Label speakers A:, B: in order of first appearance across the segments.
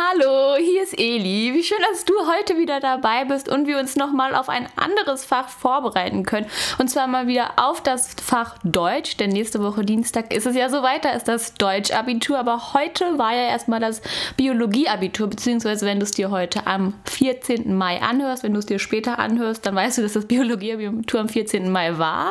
A: Hallo, hier ist Eli. Wie schön, dass du heute wieder dabei bist und wir uns nochmal auf ein anderes Fach vorbereiten können. Und zwar mal wieder auf das Fach Deutsch, denn nächste Woche Dienstag ist es ja soweit, da ist das Deutsch-Abitur. Aber heute war ja erstmal das Biologie-Abitur, beziehungsweise wenn du es dir heute am 14. Mai anhörst, wenn du es dir später anhörst, dann weißt du, dass das Biologie-Abitur am 14. Mai war.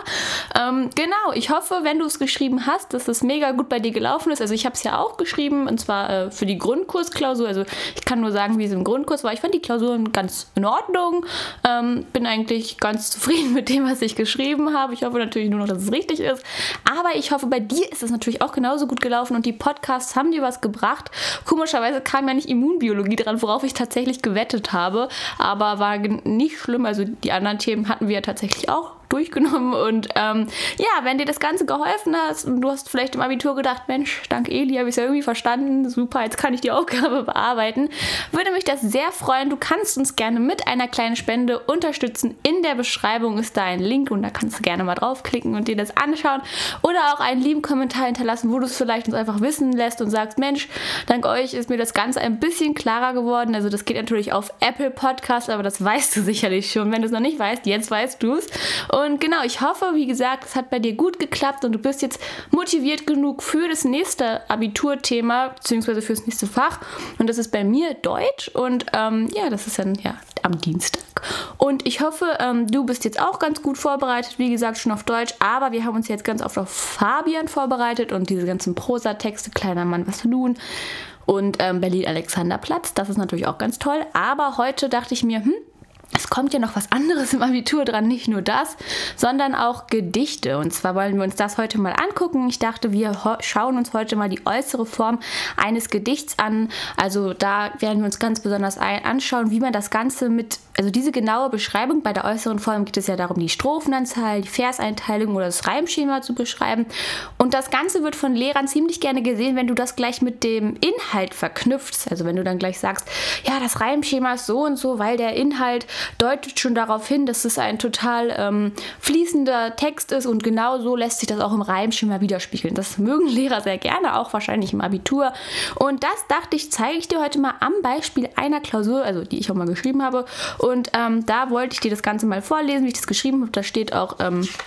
A: Genau, ich hoffe, wenn du es geschrieben hast, dass es mega gut bei dir gelaufen ist. Also ich habe es ja auch geschrieben, und zwar für die Grundkursklausur. Also ich kann nur sagen, wie es im Grundkurs war. Ich fand die Klausuren ganz in Ordnung. Bin eigentlich ganz zufrieden mit dem, was ich geschrieben habe. Ich hoffe natürlich nur noch, dass es richtig ist. Aber ich hoffe, bei dir ist es natürlich auch genauso gut gelaufen und die Podcasts haben dir was gebracht. Komischerweise kam ja nicht Immunbiologie dran, worauf ich tatsächlich gewettet habe. Aber war nicht schlimm. Also die anderen Themen hatten wir ja tatsächlich auch durchgenommen und wenn dir das Ganze geholfen hat und du hast vielleicht im Abitur gedacht, Mensch, dank Eli habe ich es ja irgendwie verstanden, super, jetzt kann ich die Aufgabe bearbeiten, würde mich das sehr freuen. Du kannst uns gerne mit einer kleinen Spende unterstützen. In der Beschreibung ist da ein Link und da kannst du gerne mal draufklicken und dir das anschauen oder auch einen lieben Kommentar hinterlassen, wo du es vielleicht uns einfach wissen lässt und sagst, Mensch, dank euch ist mir das Ganze ein bisschen klarer geworden. Also das geht natürlich auf Apple Podcast, aber das weißt du sicherlich schon. Wenn du es noch nicht weißt, jetzt weißt du es. Und genau, ich hoffe, wie gesagt, es hat bei dir gut geklappt und du bist jetzt motiviert genug für das nächste Abiturthema, beziehungsweise für das nächste Fach. Und das ist bei mir Deutsch und das ist dann am Dienstag. Und ich hoffe, du bist jetzt auch ganz gut vorbereitet, wie gesagt, schon auf Deutsch, aber wir haben uns jetzt ganz oft auf Fabian vorbereitet und diese ganzen Prosatexte, Kleiner Mann, was tun und Berlin-Alexanderplatz, das ist natürlich auch ganz toll. Aber heute dachte ich mir, es kommt ja noch was anderes im Abitur dran, nicht nur das, sondern auch Gedichte. Und zwar wollen wir uns das heute mal angucken. Ich dachte, wir schauen uns heute mal die äußere Form eines Gedichts an. Also da werden wir uns ganz besonders anschauen, wie man das Ganze also diese genaue Beschreibung, bei der äußeren Form geht es ja darum, die Strophenanzahl, die Verseinteilung oder das Reimschema zu beschreiben. Und das Ganze wird von Lehrern ziemlich gerne gesehen, wenn du das gleich mit dem Inhalt verknüpfst. Also wenn du dann gleich sagst, ja, das Reimschema ist so und so, weil der Inhalt deutet schon darauf hin, dass es ein total fließender Text ist und genau so lässt sich das auch im Reimschema widerspiegeln. Das mögen Lehrer sehr gerne, auch wahrscheinlich im Abitur. Und das dachte ich, zeige ich dir heute mal am Beispiel einer Klausur, also die ich auch mal geschrieben habe. Und da wollte ich dir das Ganze mal vorlesen, wie ich das geschrieben habe. Da steht auch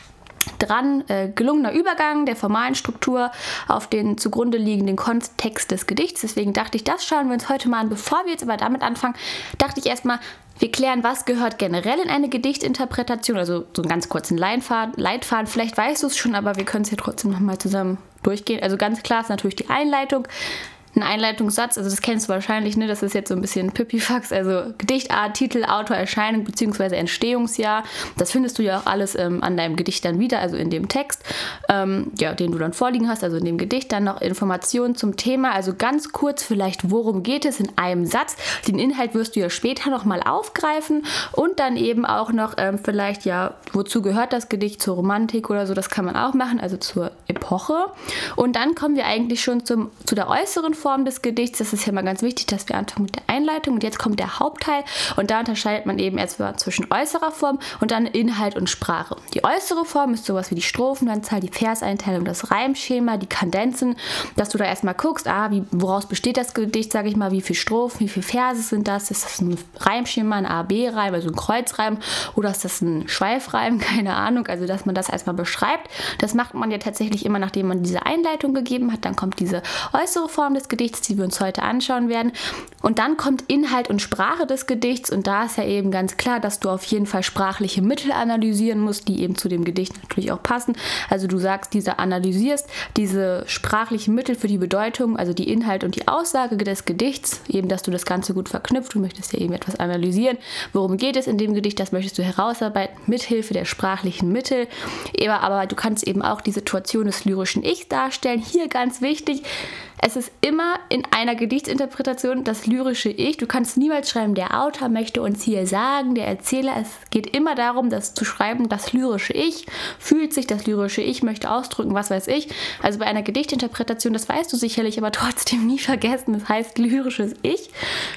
A: dran, gelungener Übergang der formalen Struktur auf den zugrunde liegenden Kontext des Gedichts. Deswegen dachte ich, das schauen wir uns heute mal an. Bevor wir jetzt aber damit anfangen, dachte ich erstmal, wir klären, was gehört generell in eine Gedichtinterpretation, also so einen ganz kurzen Leitfaden. Vielleicht weißt du es schon, aber wir können es ja trotzdem nochmal zusammen durchgehen. Also ganz klar ist natürlich die Einleitung. Ein Einleitungssatz, also das kennst du wahrscheinlich, ne? Das ist jetzt so ein bisschen Pipifax, also Gedichtart, Titel, Autor, Erscheinung bzw. Entstehungsjahr. Das findest du ja auch alles an deinem Gedicht dann wieder, also in dem Text, den du dann vorliegen hast, also in dem Gedicht. Dann noch Informationen zum Thema, also ganz kurz vielleicht, worum geht es in einem Satz. Den Inhalt wirst du ja später nochmal aufgreifen und dann eben auch noch vielleicht, wozu gehört das Gedicht, zur Romantik oder so, das kann man auch machen, also zur Epoche. Und dann kommen wir eigentlich schon zu der äußeren Form des Gedichts. Das ist ja mal ganz wichtig, dass wir anfangen mit der Einleitung und jetzt kommt der Hauptteil und da unterscheidet man eben erstmal zwischen äußerer Form und dann Inhalt und Sprache. Die äußere Form ist sowas wie die Strophenanzahl, die Verseinteilung, das Reimschema, die Kadenzen, dass du da erstmal guckst, woraus besteht das Gedicht, sage ich mal, wie viele Strophen, wie viele Verse sind das? Ist das ein Reimschema, ein A-B-Reim, also ein Kreuzreim oder ist das ein Schweifreim? Keine Ahnung, also dass man das erstmal beschreibt. Das macht man ja tatsächlich immer, nachdem man diese Einleitung gegeben hat, dann kommt diese äußere Form des Gedichts, die wir uns heute anschauen werden. Und dann kommt Inhalt und Sprache des Gedichts und da ist ja eben ganz klar, dass du auf jeden Fall sprachliche Mittel analysieren musst, die eben zu dem Gedicht natürlich auch passen. Also du sagst, analysierst diese sprachlichen Mittel für die Bedeutung, also die Inhalt und die Aussage des Gedichts, eben, dass du das Ganze gut verknüpft. Du möchtest ja eben etwas analysieren. Worum geht es in dem Gedicht? Das möchtest du herausarbeiten mit Hilfe der sprachlichen Mittel. Aber du kannst eben auch die Situation des lyrischen Ichs darstellen. Hier ganz wichtig, es ist immer in einer Gedichtsinterpretation das lyrische Ich. Du kannst niemals schreiben, der Autor möchte uns hier sagen, der Erzähler. Es geht immer darum, das zu schreiben, das lyrische Ich fühlt sich, das lyrische Ich möchte ausdrücken, was weiß ich. Also bei einer Gedichtinterpretation, das weißt du sicherlich, aber trotzdem nie vergessen, das heißt lyrisches Ich.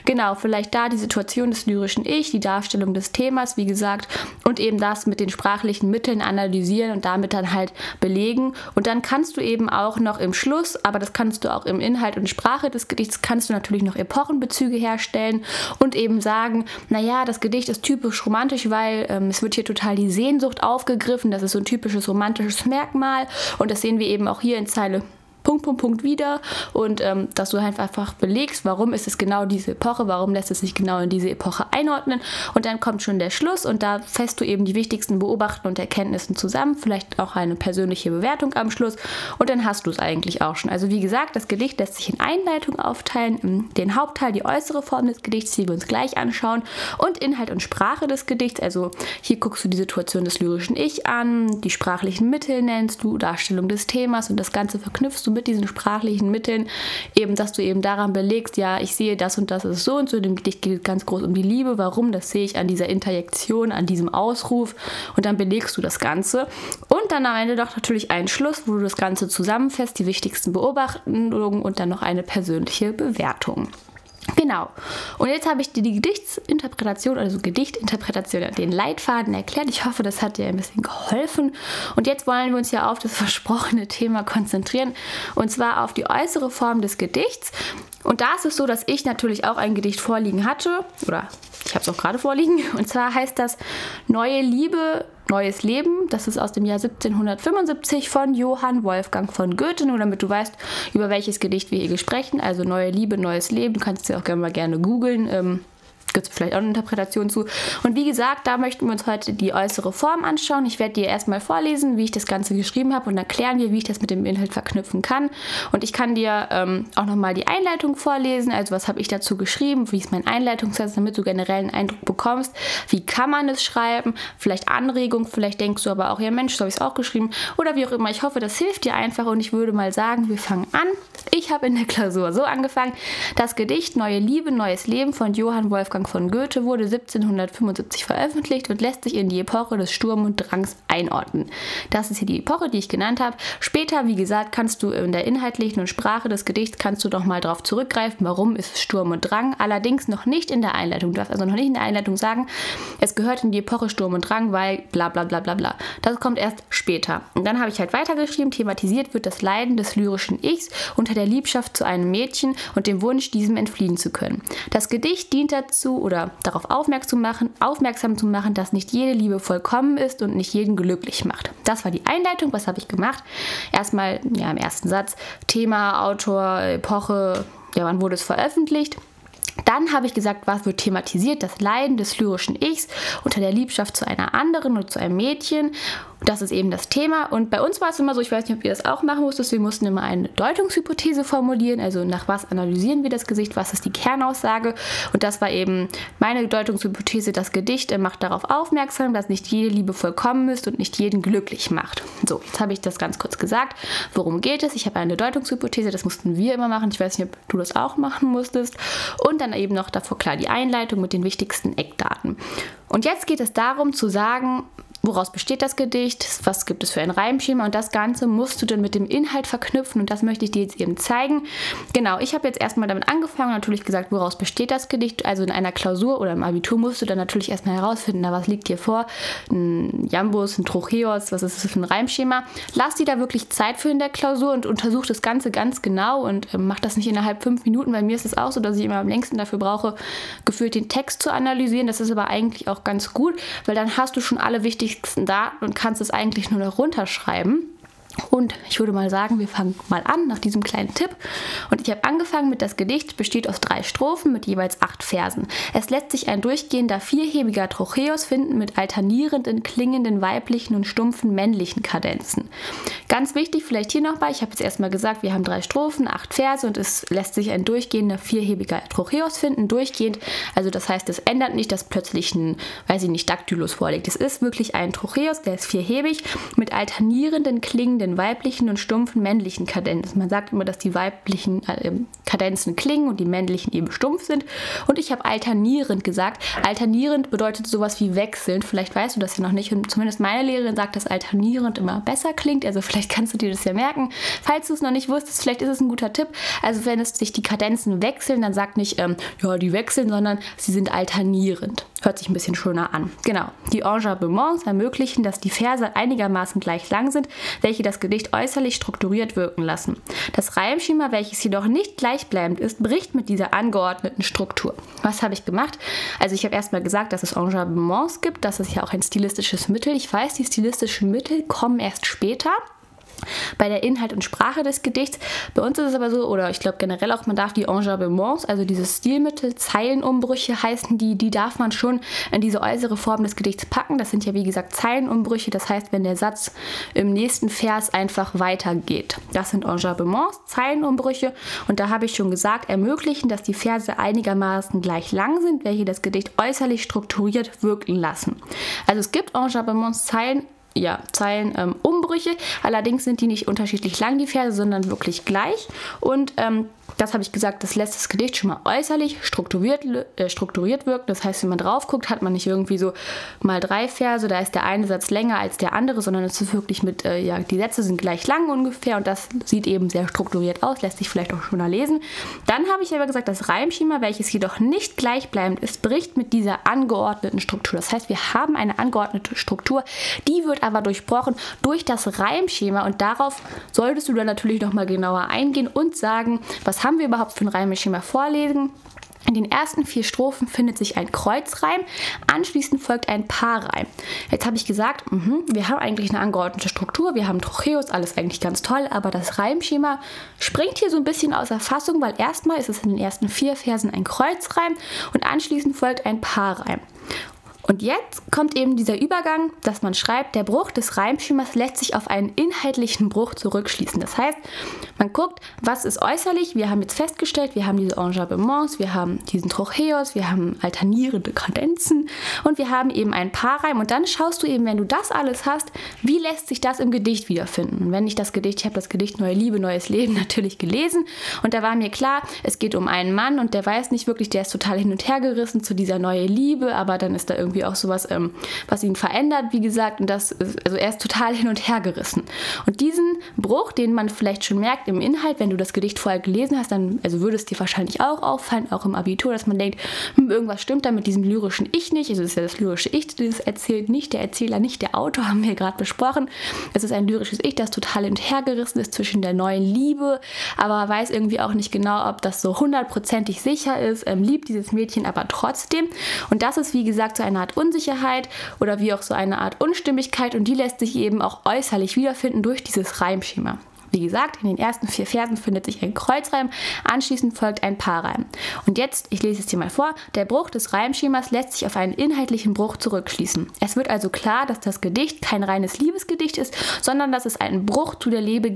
A: Genau, vielleicht da die Situation des lyrischen Ich, die Darstellung des Themas, wie gesagt, und eben das mit den sprachlichen Mitteln analysieren und damit dann halt belegen. Und dann kannst du eben auch noch im Schluss, aber das kannst du auch im Inhalt und Sprache des Gedichts, kannst du natürlich noch Epochenbezüge herstellen und eben sagen, naja, das Gedicht ist typisch romantisch, weil es wird hier total die Sehnsucht aufgegriffen, das ist so ein typisches romantisches Merkmal und das sehen wir eben auch hier in Zeile wieder und dass du halt einfach belegst, warum ist es genau diese Epoche, warum lässt es sich genau in diese Epoche einordnen und dann kommt schon der Schluss und da fasst du eben die wichtigsten Beobachtungen und Erkenntnissen zusammen, vielleicht auch eine persönliche Bewertung am Schluss und dann hast du es eigentlich auch schon. Also wie gesagt, das Gedicht lässt sich in Einleitung aufteilen, in den Hauptteil, die äußere Form des Gedichts, die wir uns gleich anschauen und Inhalt und Sprache des Gedichts, also hier guckst du die Situation des lyrischen Ich an, die sprachlichen Mittel nennst du, Darstellung des Themas und das Ganze verknüpfst du mit diesen sprachlichen Mitteln, eben, dass du eben daran belegst, ja, ich sehe das und das ist so und so, in dem Gedicht geht es ganz groß um die Liebe, warum, das sehe ich an dieser Interjektion, an diesem Ausruf und dann belegst du das Ganze und dann am Ende doch natürlich einen Schluss, wo du das Ganze zusammenfasst, die wichtigsten Beobachtungen und dann noch eine persönliche Bewertung. Genau. Und jetzt habe ich dir die Gedichtsinterpretation, also Gedichtinterpretation, den Leitfaden erklärt. Ich hoffe, das hat dir ein bisschen geholfen. Und jetzt wollen wir uns ja auf das versprochene Thema konzentrieren. Und zwar auf die äußere Form des Gedichts. Und da ist es so, dass ich natürlich auch ein Gedicht vorliegen hatte. Oder ich habe es auch gerade vorliegen. Und zwar heißt das Neue Liebe, Neues Leben. Das ist aus dem Jahr 1775 von Johann Wolfgang von Goethe. Nur damit du weißt, über welches Gedicht wir hier sprechen. Also Neue Liebe, Neues Leben. Du kannst es ja auch gerne googeln. Gibt es vielleicht auch eine Interpretation zu. Und wie gesagt, da möchten wir uns heute die äußere Form anschauen. Ich werde dir erstmal vorlesen, wie ich das Ganze geschrieben habe und dann klären wir, wie ich das mit dem Inhalt verknüpfen kann. Und ich kann dir auch nochmal die Einleitung vorlesen, also was habe ich dazu geschrieben, wie ist mein Einleitungssatz, damit du generell einen Eindruck bekommst, wie kann man es schreiben, vielleicht Anregung, vielleicht denkst du aber auch, ja Mensch, so habe ich es auch geschrieben oder wie auch immer. Ich hoffe, das hilft dir einfach und ich würde mal sagen, wir fangen an. Ich habe in der Klausur so angefangen, das Gedicht Neue Liebe, Neues Leben von Johann Wolfgang von Goethe wurde 1775 veröffentlicht und lässt sich in die Epoche des Sturm und Drangs einordnen. Das ist hier die Epoche, die ich genannt habe. Später, wie gesagt, kannst du in der inhaltlichen und Sprache des Gedichts kannst du noch mal darauf zurückgreifen, warum ist es Sturm und Drang, allerdings noch nicht in der Einleitung. Du darfst also noch nicht in der Einleitung sagen, es gehört in die Epoche Sturm und Drang, weil bla bla bla bla bla. Das kommt erst später. Und dann habe ich halt weitergeschrieben, thematisiert wird das Leiden des lyrischen Ichs unter der Liebschaft zu einem Mädchen und dem Wunsch, diesem entfliehen zu können. Das Gedicht dient dazu oder darauf aufmerksam zu machen, dass nicht jede Liebe vollkommen ist und nicht jeden glücklich macht. Das war die Einleitung. Was habe ich gemacht? Erstmal im ersten Satz Thema, Autor, Epoche, wann wurde es veröffentlicht? Dann habe ich gesagt, was wird thematisiert? Das Leiden des lyrischen Ichs unter der Liebschaft zu einer anderen oder zu einem Mädchen. Das ist eben das Thema. Und bei uns war es immer so, ich weiß nicht, ob ihr das auch machen musstet, wir mussten immer eine Deutungshypothese formulieren, also nach was analysieren wir das Gedicht, was ist die Kernaussage. Und das war eben meine Deutungshypothese, das Gedicht macht darauf aufmerksam, dass nicht jede Liebe vollkommen ist und nicht jeden glücklich macht. So, jetzt habe ich das ganz kurz gesagt. Worum geht es? Ich habe eine Deutungshypothese, das mussten wir immer machen. Ich weiß nicht, ob du das auch machen musstest. Und dann eben noch davor klar die Einleitung mit den wichtigsten Eckdaten. Und jetzt geht es darum zu sagen, woraus besteht das Gedicht, was gibt es für ein Reimschema und das Ganze musst du dann mit dem Inhalt verknüpfen und das möchte ich dir jetzt eben zeigen. Genau, ich habe jetzt erstmal damit angefangen und natürlich gesagt, woraus besteht das Gedicht, also in einer Klausur oder im Abitur musst du dann natürlich erstmal herausfinden, was liegt dir vor, ein Jambus, ein Trocheos, was ist das für ein Reimschema. Lass dir da wirklich Zeit für in der Klausur und untersuch das Ganze ganz genau und mach das nicht innerhalb 5 Minuten, bei mir ist es auch so, dass ich immer am längsten dafür brauche, gefühlt den Text zu analysieren, das ist aber eigentlich auch ganz gut, weil dann hast du schon alle wichtigsten Daten und kannst es eigentlich nur noch runterschreiben. Und ich würde mal sagen, wir fangen mal an nach diesem kleinen Tipp. Und ich habe angefangen mit das Gedicht, besteht aus 3 Strophen mit jeweils 8 Versen. Es lässt sich ein durchgehender vierhebiger Trocheos finden mit alternierenden, klingenden weiblichen und stumpfen männlichen Kadenzen. Ganz wichtig vielleicht hier nochmal, ich habe jetzt erstmal gesagt, wir haben 3 Strophen, 8 Verse und es lässt sich ein durchgehender vierhebiger Trocheos finden, durchgehend. Also das heißt, es ändert nicht, dass plötzlich ein, Daktylus vorliegt. Es ist wirklich ein Trocheos, der ist vierhebig mit alternierenden, klingenden klingenden weiblichen und stumpfen männlichen Kadenzen. Man sagt immer, dass die weiblichen Kadenzen klingen und die männlichen eben stumpf sind. Und ich habe alternierend gesagt. Alternierend bedeutet sowas wie wechselnd. Vielleicht weißt du das ja noch nicht. Und zumindest meine Lehrerin sagt, dass alternierend immer besser klingt. Also vielleicht kannst du dir das ja merken. Falls du es noch nicht wusstest, vielleicht ist es ein guter Tipp. Also wenn es sich die Kadenzen wechseln, dann sagt nicht, ja, die wechseln, sondern sie sind alternierend. Hört sich ein bisschen schöner an. Genau. Die Enjambements ermöglichen, dass die Verse einigermaßen gleich lang sind, welche das Gedicht äußerlich strukturiert wirken lassen. Das Reimschema, welches jedoch nicht gleichbleibend ist, bricht mit dieser angeordneten Struktur. Was habe ich gemacht? Also ich habe erstmal gesagt, dass es Enjambements gibt. Das ist ja auch ein stilistisches Mittel. Ich weiß, die stilistischen Mittel kommen erst später bei der Inhalt und Sprache des Gedichts. Bei uns ist es aber so, oder ich glaube generell auch, man darf die Enjambements, also diese Stilmittel, Zeilenumbrüche heißen die darf man schon in diese äußere Form des Gedichts packen. Das sind ja wie gesagt Zeilenumbrüche, das heißt, wenn der Satz im nächsten Vers einfach weitergeht. Das sind Enjambements, Zeilenumbrüche, und da habe ich schon gesagt, ermöglichen, dass die Verse einigermaßen gleich lang sind, welche das Gedicht äußerlich strukturiert wirken lassen. Also es gibt Enjambements, Zeilenumbrüche, allerdings sind die nicht unterschiedlich lang, die Verse, sondern wirklich gleich. Und das habe ich gesagt, das lässt das Gedicht schon mal äußerlich strukturiert wirken. Das heißt, wenn man drauf guckt, hat man nicht irgendwie so mal 3 Verse, da ist der eine Satz länger als der andere, sondern es ist wirklich mit, die Sätze sind gleich lang ungefähr und das sieht eben sehr strukturiert aus, lässt sich vielleicht auch schöner lesen. Dann habe ich aber gesagt, das Reimschema, welches jedoch nicht gleichbleibend ist, bricht mit dieser angeordneten Struktur. Das heißt, wir haben eine angeordnete Struktur, die wird aber durchbrochen durch das Reimschema und darauf solltest du dann natürlich nochmal genauer eingehen und sagen, was haben wir überhaupt für ein Reimschema vorlesen. In den ersten 4 Strophen findet sich ein Kreuzreim, anschließend folgt ein Paarreim. Jetzt habe ich gesagt, wir haben eigentlich eine angeordnete Struktur, wir haben Trocheus, alles eigentlich ganz toll, aber das Reimschema springt hier so ein bisschen außer Fassung, weil erstmal ist es in den ersten 4 Versen ein Kreuzreim und anschließend folgt ein Paarreim. Und jetzt kommt eben dieser Übergang, dass man schreibt, der Bruch des Reimschemas lässt sich auf einen inhaltlichen Bruch zurückschließen. Das heißt, man guckt, was ist äußerlich. Wir haben jetzt festgestellt, wir haben diese Enjambements, wir haben diesen Trocheus, wir haben alternierende Kadenzen und wir haben eben ein Paarreim. Und dann schaust du eben, wenn du das alles hast, wie lässt sich das im Gedicht wiederfinden. Und wenn ich habe das Gedicht Neue Liebe, Neues Leben natürlich gelesen und da war mir klar, es geht um einen Mann und der weiß nicht wirklich, der ist total hin und her gerissen zu dieser neue Liebe, aber dann ist da irgendwie auch sowas, was ihn verändert, wie gesagt, und also er ist total hin und her gerissen. Und diesen Bruch, den man vielleicht schon merkt im Inhalt, wenn du das Gedicht vorher gelesen hast, dann würde es dir wahrscheinlich auch auffallen, auch im Abitur, dass man denkt, irgendwas stimmt da mit diesem lyrischen Ich nicht. Also es ist ja das lyrische Ich, das es erzählt, nicht der Erzähler, nicht der Autor, haben wir gerade besprochen. Es ist ein lyrisches Ich, das total hin und her gerissen ist zwischen der neuen Liebe, aber weiß irgendwie auch nicht genau, ob das so 100%ig sicher ist, liebt dieses Mädchen aber trotzdem. Und das ist, wie gesagt, so eine Art Unsicherheit oder wie auch so eine Art Unstimmigkeit und die lässt sich eben auch äußerlich wiederfinden durch dieses Reimschema. Wie gesagt, in den ersten 4 Versen findet sich ein Kreuzreim, anschließend folgt ein Paarreim. Und jetzt, ich lese es dir mal vor, der Bruch des Reimschemas lässt sich auf einen inhaltlichen Bruch zurückschließen. Es wird also klar, dass das Gedicht kein reines Liebesgedicht ist, sondern dass es einen Bruch zu der Liebe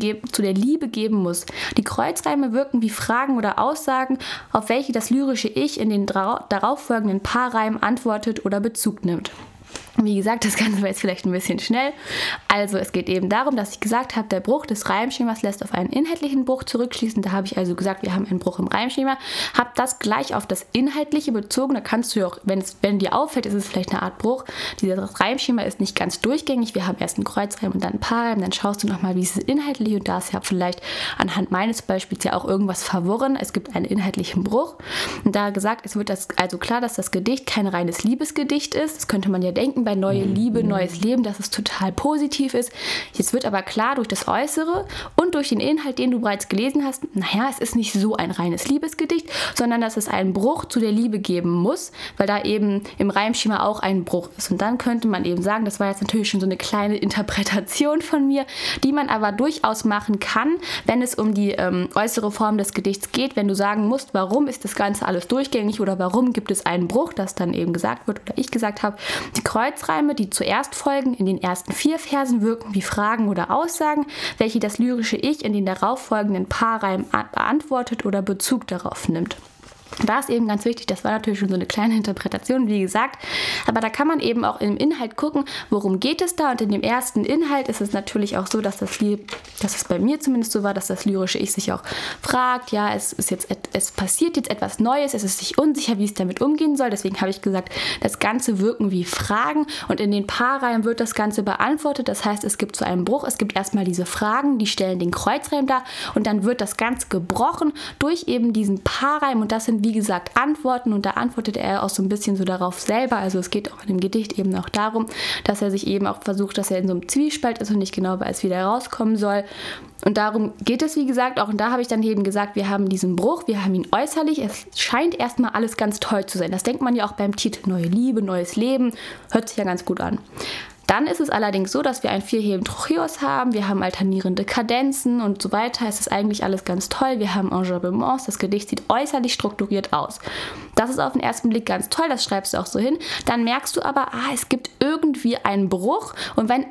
A: geben muss. Die Kreuzreime wirken wie Fragen oder Aussagen, auf welche das lyrische Ich in den darauffolgenden Paarreimen antwortet oder Bezug nimmt. Wie gesagt, das Ganze war jetzt vielleicht ein bisschen schnell. Also es geht eben darum, dass ich gesagt habe, der Bruch des Reimschemas lässt auf einen inhaltlichen Bruch zurückschließen. Da habe ich also gesagt, wir haben einen Bruch im Reimschema. Habe das gleich auf das Inhaltliche bezogen. Da kannst du ja auch, wenn dir auffällt, ist es vielleicht eine Art Bruch. Dieses Reimschema ist nicht ganz durchgängig. Wir haben erst einen Kreuzreim und dann ein Paarreim. Dann schaust du nochmal, wie ist es inhaltlich. Und da ist ja vielleicht anhand meines Beispiels ja auch irgendwas verworren. Es gibt einen inhaltlichen Bruch. Und da gesagt, es wird also klar, dass das Gedicht kein reines Liebesgedicht ist. Das könnte man ja denken bei Neue Liebe, Neues Leben, dass es total positiv ist. Jetzt wird aber klar durch das Äußere und durch den Inhalt, den du bereits gelesen hast, es ist nicht so ein reines Liebesgedicht, sondern dass es einen Bruch zu der Liebe geben muss, weil da eben im Reimschema auch ein Bruch ist. Und dann könnte man eben sagen, das war jetzt natürlich schon so eine kleine Interpretation von mir, die man aber durchaus machen kann, wenn es um die äußere Form des Gedichts geht, wenn du sagen musst, warum ist das Ganze alles durchgängig oder warum gibt es einen Bruch, das dann eben gesagt wird oder ich gesagt habe. Die Kreuzreime, die zuerst folgen, in den ersten 4 Versen wirken wie Fragen oder Aussagen, welche das lyrische Ich in den darauffolgenden Paarreimen beantwortet oder Bezug darauf nimmt. Da ist eben ganz wichtig, das war natürlich schon so eine kleine Interpretation, wie gesagt, aber da kann man eben auch im Inhalt gucken, worum geht es da, und in dem ersten Inhalt ist es natürlich auch so, dass es bei mir zumindest so war, dass das lyrische Ich sich auch fragt, ja, es passiert jetzt etwas Neues, es ist sich unsicher, wie es damit umgehen soll, deswegen habe ich gesagt, das Ganze wirken wie Fragen, und in den Paarreihen wird das Ganze beantwortet, das heißt, es gibt so einen Bruch, es gibt erstmal diese Fragen, die stellen den Kreuzreim dar, und dann wird das Ganze gebrochen durch eben diesen Paarreim, und das sind wie gesagt Antworten, und da antwortet er auch so ein bisschen so darauf selber, also es geht auch in dem Gedicht eben auch darum, dass er sich eben auch versucht, dass er in so einem Zwiespalt ist und nicht genau weiß, wie der rauskommen soll, und darum geht es wie gesagt auch, und da habe ich dann eben gesagt, wir haben diesen Bruch, wir haben ihn äußerlich, es scheint erstmal alles ganz toll zu sein, das denkt man ja auch beim Titel Neue Liebe, neues Leben, hört sich ja ganz gut an. Dann ist es allerdings so, dass wir einen vierheben Trocheus haben, wir haben alternierende Kadenzen und so weiter. Es ist eigentlich alles ganz toll. Wir haben Enjambements, das Gedicht sieht äußerlich strukturiert aus. Das ist auf den ersten Blick ganz toll, das schreibst du auch so hin. Dann merkst du aber, es gibt irgendwie einen Bruch. Und wenn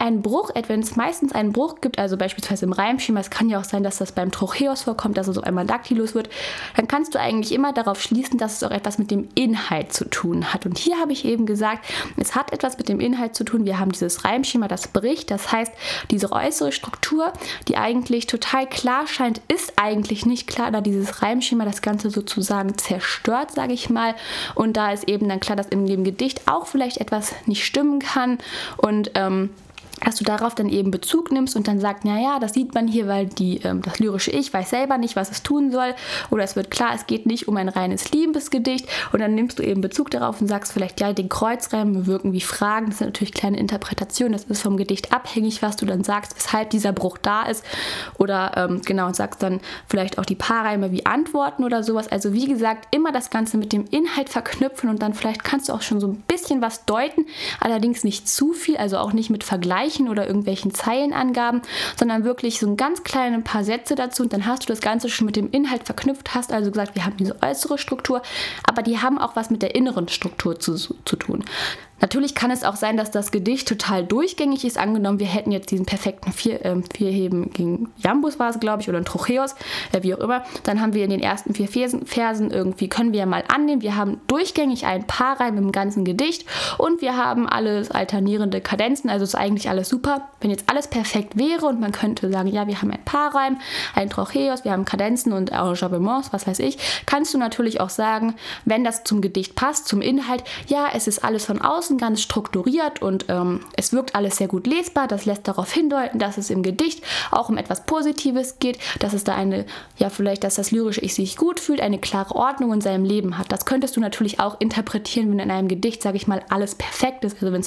A: es meistens einen Bruch gibt, also beispielsweise im Reimschema, es kann ja auch sein, dass das beim Trocheus vorkommt, dass es auf einmal Daktylus wird, dann kannst du eigentlich immer darauf schließen, dass es auch etwas mit dem Inhalt zu tun hat. Und hier habe ich eben gesagt, es hat etwas mit dem Inhalt zu tun. Wir haben dieses Reimschema, das bricht. Das heißt, diese äußere Struktur, die eigentlich total klar scheint, ist eigentlich nicht klar, da dieses Reimschema das Ganze sozusagen zerstört, sage ich mal. Und da ist eben dann klar, dass in dem Gedicht auch vielleicht etwas nicht stimmen kann und dass du darauf dann eben Bezug nimmst und dann sagst, naja, das sieht man hier, weil das lyrische Ich weiß selber nicht, was es tun soll, oder es wird klar, es geht nicht um ein reines Liebesgedicht, und dann nimmst du eben Bezug darauf und sagst vielleicht, ja, den Kreuzreim wirken wie Fragen, das sind natürlich kleine Interpretationen, das ist vom Gedicht abhängig, was du dann sagst, weshalb dieser Bruch da ist, oder und sagst dann vielleicht auch die Paarreime wie Antworten oder sowas, also wie gesagt, immer das Ganze mit dem Inhalt verknüpfen, und dann vielleicht kannst du auch schon so ein bisschen was deuten, allerdings nicht zu viel, also auch nicht mit Vergleichen oder irgendwelchen Zeilenangaben, sondern wirklich so ein ganz kleine paar Sätze dazu, und dann hast du das Ganze schon mit dem Inhalt verknüpft, hast also gesagt, wir haben diese äußere Struktur, aber die haben auch was mit der inneren Struktur zu tun. Natürlich kann es auch sein, dass das Gedicht total durchgängig ist. Angenommen, wir hätten jetzt diesen perfekten Vierheben gegen Jambus war es, glaube ich, oder ein Trocheus, wie auch immer. Dann haben wir in den ersten 4 Versen irgendwie, können wir ja mal annehmen, wir haben durchgängig ein Paarreim im ganzen Gedicht und wir haben alles alternierende Kadenzen, also ist eigentlich alles super. Wenn jetzt alles perfekt wäre und man könnte sagen, ja, wir haben ein Paarreim, ein Trocheus, wir haben Kadenzen und Enjambements, was weiß ich, kannst du natürlich auch sagen, wenn das zum Gedicht passt, zum Inhalt, ja, es ist alles von außen ganz strukturiert und es wirkt alles sehr gut lesbar. Das lässt darauf hindeuten, dass es im Gedicht auch um etwas Positives geht, dass es da dass das lyrische Ich sich gut fühlt, eine klare Ordnung in seinem Leben hat. Das könntest du natürlich auch interpretieren, wenn in einem Gedicht, sage ich mal, alles perfekt ist, also wenn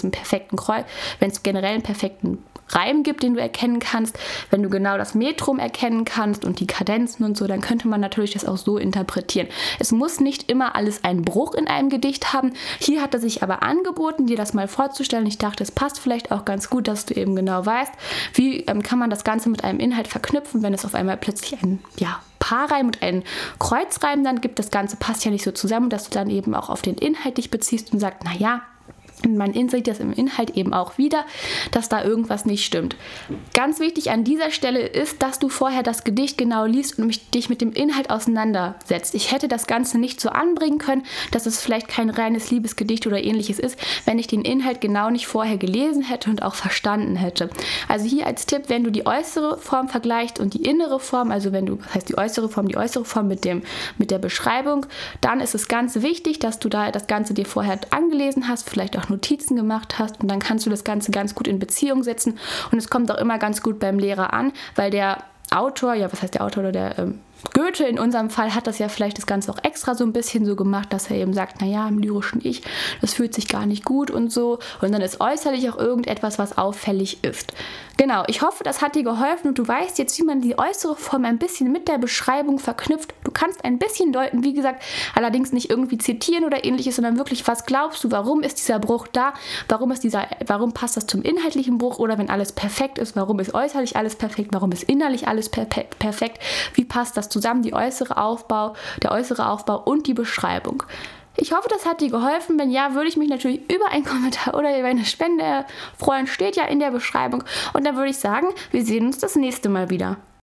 A: es generell einen perfekten Reim gibt, den du erkennen kannst, wenn du genau das Metrum erkennen kannst und die Kadenzen und so, dann könnte man natürlich das auch so interpretieren. Es muss nicht immer alles einen Bruch in einem Gedicht haben. Hier hat er sich aber angeboten, dir das mal vorzustellen. Ich dachte, es passt vielleicht auch ganz gut, dass du eben genau weißt, wie kann man das Ganze mit einem Inhalt verknüpfen, wenn es auf einmal plötzlich ein Paarreim und einen Kreuzreim dann gibt. Das Ganze passt ja nicht so zusammen, dass du dann eben auch auf den Inhalt dich beziehst und sagst, naja, man sieht das im Inhalt eben auch wieder, dass da irgendwas nicht stimmt. Ganz wichtig an dieser Stelle ist, dass du vorher das Gedicht genau liest und dich mit dem Inhalt auseinandersetzt. Ich hätte das Ganze nicht so anbringen können, dass es vielleicht kein reines Liebesgedicht oder ähnliches ist, wenn ich den Inhalt genau nicht vorher gelesen hätte und auch verstanden hätte. Also hier als Tipp, wenn du die äußere Form vergleichst und die innere Form, also die äußere Form mit der Beschreibung, dann ist es ganz wichtig, dass du da das Ganze dir vorher angelesen hast, vielleicht auch Notizen gemacht hast, und dann kannst du das Ganze ganz gut in Beziehung setzen, und es kommt auch immer ganz gut beim Lehrer an, weil der Autor, oder der Goethe in unserem Fall hat das ja vielleicht das Ganze auch extra so ein bisschen so gemacht, dass er eben sagt, naja, im lyrischen Ich, das fühlt sich gar nicht gut und so, und dann ist äußerlich auch irgendetwas, was auffällig ist. Genau, ich hoffe, das hat dir geholfen und du weißt jetzt, wie man die äußere Form ein bisschen mit der Beschreibung verknüpft. Du kannst ein bisschen deuten, wie gesagt, allerdings nicht irgendwie zitieren oder ähnliches, sondern wirklich, was glaubst du, warum ist dieser Bruch da, warum passt das zum inhaltlichen Bruch, oder wenn alles perfekt ist, warum ist äußerlich alles perfekt, warum ist innerlich alles perfekt, wie passt das zusammen, der äußere Aufbau und die Beschreibung. Ich hoffe, das hat dir geholfen. Wenn ja, würde ich mich natürlich über einen Kommentar oder über eine Spende freuen. Steht ja in der Beschreibung. Und dann würde ich sagen, wir sehen uns das nächste Mal wieder.